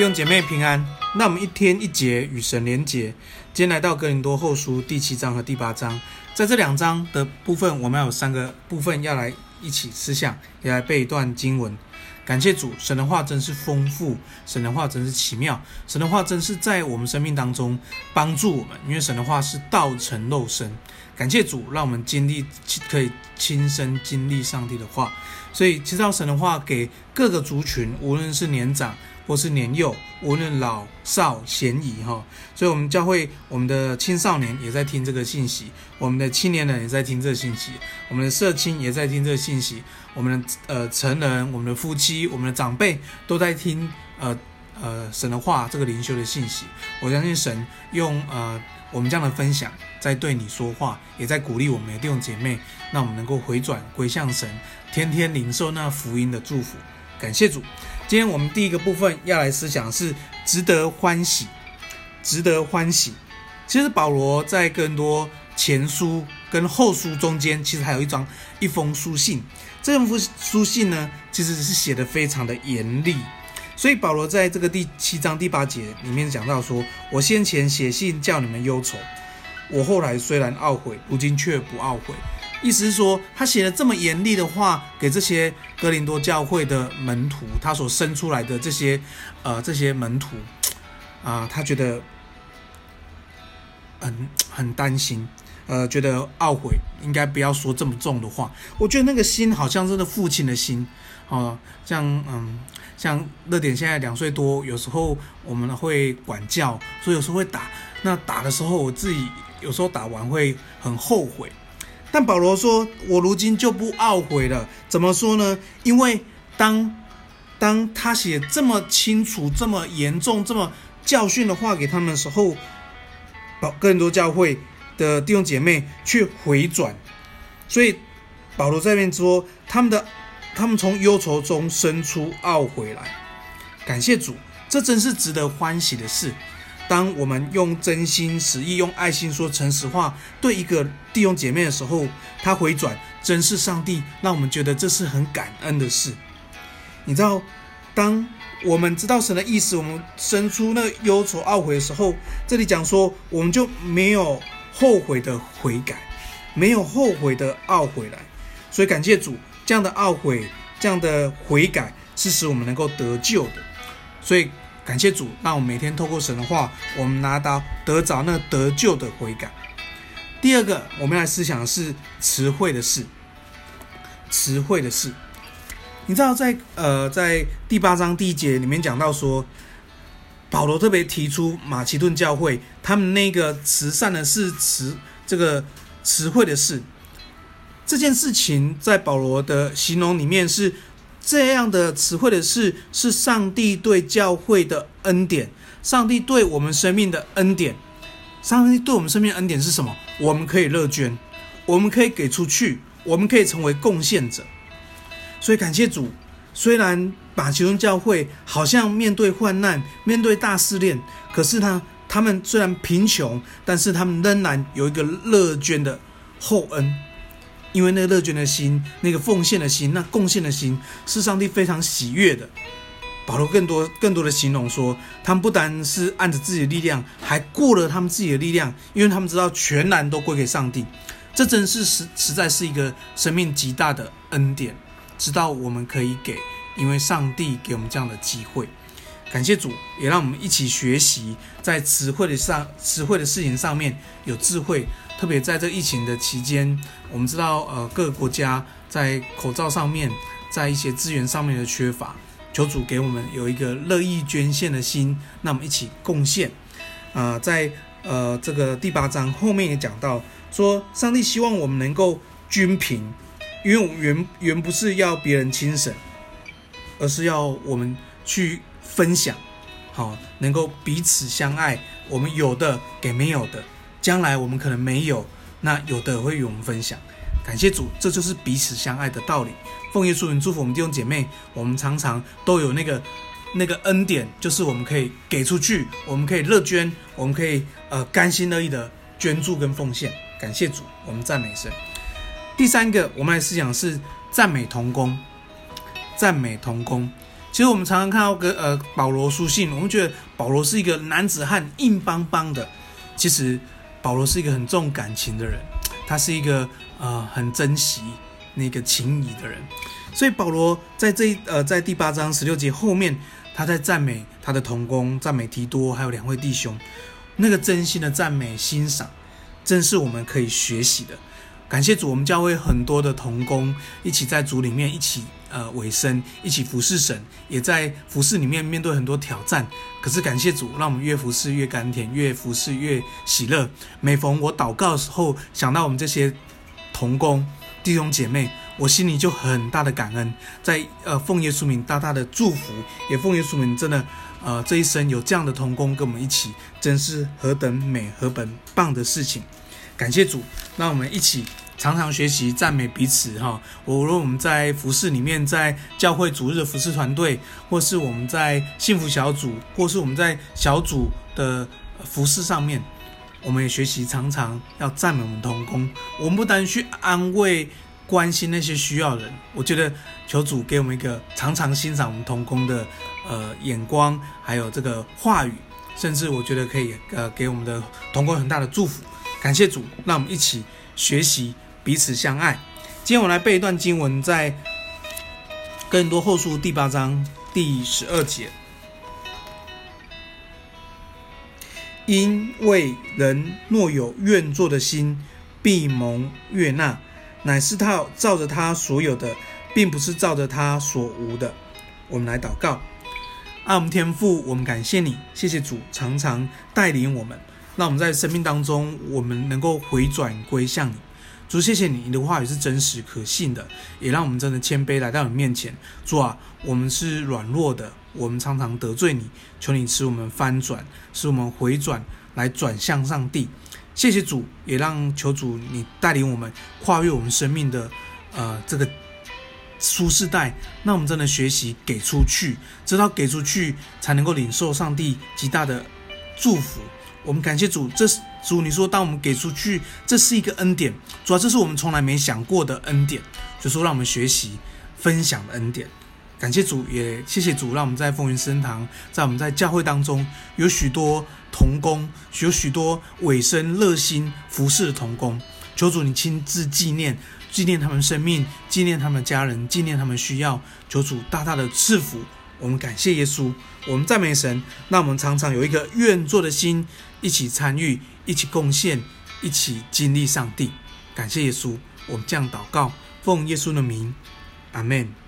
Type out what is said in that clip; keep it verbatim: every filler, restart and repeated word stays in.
弟兄姐妹平安。那我们一天一节与神连结，今天来到哥林多后书第七章和第八章，在这两章的部分，我们要有三个部分要来一起思想，也来背一段经文。感谢主，神的话真是丰富，神的话真是奇妙，神的话真是在我们生命当中帮助我们，因为神的话是道成肉身。感谢主，让我们经历可以亲身经历上帝的话，所以知道神的话给各个族群，无论是年长或是年幼，无论老少咸宜哈，所以我们教会我们的青少年也在听这个信息，我们的青年人也在听这个信息，我们的社青也在听这个信息，我们的呃成人、我们的夫妻、我们的长辈都在听呃呃神的话这个灵修的信息。我相信神用呃我们这样的分享在对你说话，也在鼓励我们的弟兄姐妹，让我们能够回转归向神，天天领受那福音的祝福。感谢主。今天我们第一个部分要来思想是值得欢喜，值得欢喜。其实保罗在哥林多前书跟后书中间，其实还有一张一封书信。这封书信呢，其实是写得非常的严厉。所以保罗在这个第七章第八节里面讲到说，我先前写信叫你们忧愁，我后来虽然懊悔，如今却不懊悔。意思是说，他写了这么严厉的话给这些哥林多教会的门徒，他所生出来的这些呃这些门徒啊、呃，他觉得很很担心，呃，觉得懊悔，应该不要说这么重的话。我觉得那个心好像真的父亲的心，哦，像嗯像乐典现在两岁多，有时候我们会管教，所以有时候会打。那打的时候，我自己有时候打完会很后悔。但保罗说，我如今就不懊悔了。怎么说呢？因为当当他写这么清楚、这么严重、这么教训的话给他们的时候，哥林多教会的弟兄姐妹去回转，所以保罗在那边说，他们的他们从忧愁中生出懊悔来。感谢主，这真是值得欢喜的事。当我们用真心实意、用爱心说诚实话对一个弟兄姐妹的时候，他回转，真是上帝让我们觉得这是很感恩的事。你知道，当我们知道神的意思，我们生出那忧愁懊悔的时候，这里讲说，我们就没有后悔的悔改，没有后悔的懊悔来。所以感谢主，这样的懊悔、这样的悔改是使我们能够得救的。所以感谢主，让我们每天透过神的话，我们拿到得着那得救的悔改。第二个，我们来思想的是词汇的事。词汇的事，你知道在呃在第八章第一节里面讲到说，保罗特别提出马其顿教会他们那个慈善的事，词这个词汇的事，这件事情在保罗的形容里面是。这样的词汇的事是上帝对教会的恩典，上帝对我们生命的恩典。上帝对我们生命的恩典是什么？我们可以乐捐，我们可以给出去，我们可以成为贡献者。所以感谢主，虽然马其顿教会好像面对患难，面对大试炼，可是呢，他们虽然贫穷，但是他们仍然有一个乐捐的厚恩。因为那个乐捐的心，那个奉献的心，那贡献的心，是上帝非常喜悦的。保罗更多更多的形容说，他们不单是按着自己的力量，还过了他们自己的力量，因为他们知道全然都归给上帝。这真是实实在是一个生命极大的恩典，知道我们可以给，因为上帝给我们这样的机会。感谢主，也让我们一起学习，在词汇的上、词汇的事情上面有智慧。特别在这疫情的期间，我们知道，呃，各个国家在口罩上面，在一些资源上面的缺乏，求主给我们有一个乐意捐献的心，那我们一起贡献。呃，在呃这个第八章后面也讲到，说上帝希望我们能够均平，因为我们原原不是要别人轻省，而是要我们去分享，好，能够彼此相爱，我们有的给没有的。将来我们可能没有，那有的会与我们分享。感谢主，这就是彼此相爱的道理。奉耶稣名祝福我们弟兄姐妹，我们常常都有那个那个恩典，就是我们可以给出去，我们可以乐捐，我们可以呃甘心乐意的捐助跟奉献。感谢主，我们赞美神。第三个，我们来思想是赞美同工。赞美同工， 其实我们常常看到个呃保罗书信，我们觉得保罗是一个男子汉，硬邦邦的。其实保罗是一个很重感情的人，他是一个呃很珍惜那个情谊的人。所以保罗在这呃在第八章十六节后面，他在赞美他的同工，赞美提多还有两位弟兄，那个真心的赞美欣赏，正是我们可以学习的。感谢主，我们教会很多的同工一起在主里面一起呃委身，一起服侍神，也在服侍里面面对很多挑战。可是感谢主，让我们越服侍越甘甜，越服侍越喜乐。每逢我祷告的时候，想到我们这些同工弟兄姐妹，我心里就很大的感恩，在呃奉耶稣名大大的祝福，也奉耶稣名真的呃这一生有这样的同工跟我们一起，真是何等美何等棒的事情。感谢主，让我们一起常常学习赞美彼此哈。无论我们在服事里面，在教会主日的服事团队，或是我们在幸福小组，或是我们在小组的服事上面，我们也学习常常要赞美我们同工。我们不单去安慰关心那些需要的人，我觉得求主给我们一个常常欣赏我们同工的呃眼光，还有这个话语，甚至我觉得可以呃给我们的同工很大的祝福。感谢主，让我们一起学习彼此相爱。今天我来背一段经文，在哥林多后书第八章第十二节。因为人若有愿做的心，必蒙悦纳，乃是他照着他所有的，并不是照着他所无的。我们来祷告。爱我们天父，我们感谢你，谢谢主常常带领我们，让我们在生命当中我们能够回转归向你。主，谢谢你，你的话语是真实可信的，也让我们真的谦卑来到你面前。主啊，我们是软弱的，我们常常得罪你，求你使我们翻转，使我们回转来转向上帝。谢谢主，也让求主你带领我们跨越我们生命的呃这个舒适带，让我们真的学习给出去，直到给出去才能够领受上帝极大的祝福。我们感谢主，这是主你说当我们给出去，这是一个恩典。主啊，这是我们从来没想过的恩典，就说让我们学习分享的恩典。感谢主，也谢谢主，让我们在风云圣堂，在我们在教会当中有许多同工，有许多委身热心服侍的同工。求主你亲自纪念纪念他们生命，纪念他们的家人，纪念他们需要。求主大大的赐福。我们感谢耶稣，我们赞美神，让我们常常有一个愿做的心，一起参与，一起贡献，一起经历上帝。感谢耶稣，我们这样祷告，奉耶稣的名，阿们。